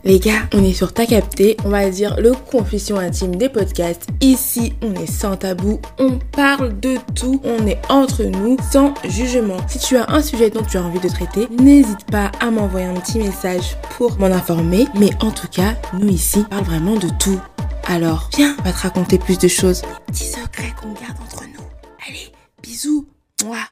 Les gars, on est sur T'as capté, on va dire le confession intime des podcasts. Ici, on est sans tabou, on parle de tout, on est entre nous, sans jugement. Si tu as un sujet dont tu as envie de traiter, n'hésite pas à m'envoyer un petit message pour m'en informer. Mais en tout cas, nous ici, on parle vraiment de tout. Alors, viens, on va te raconter plus de choses. Les petits secrets qu'on garde entre nous. Allez, bisous, moi.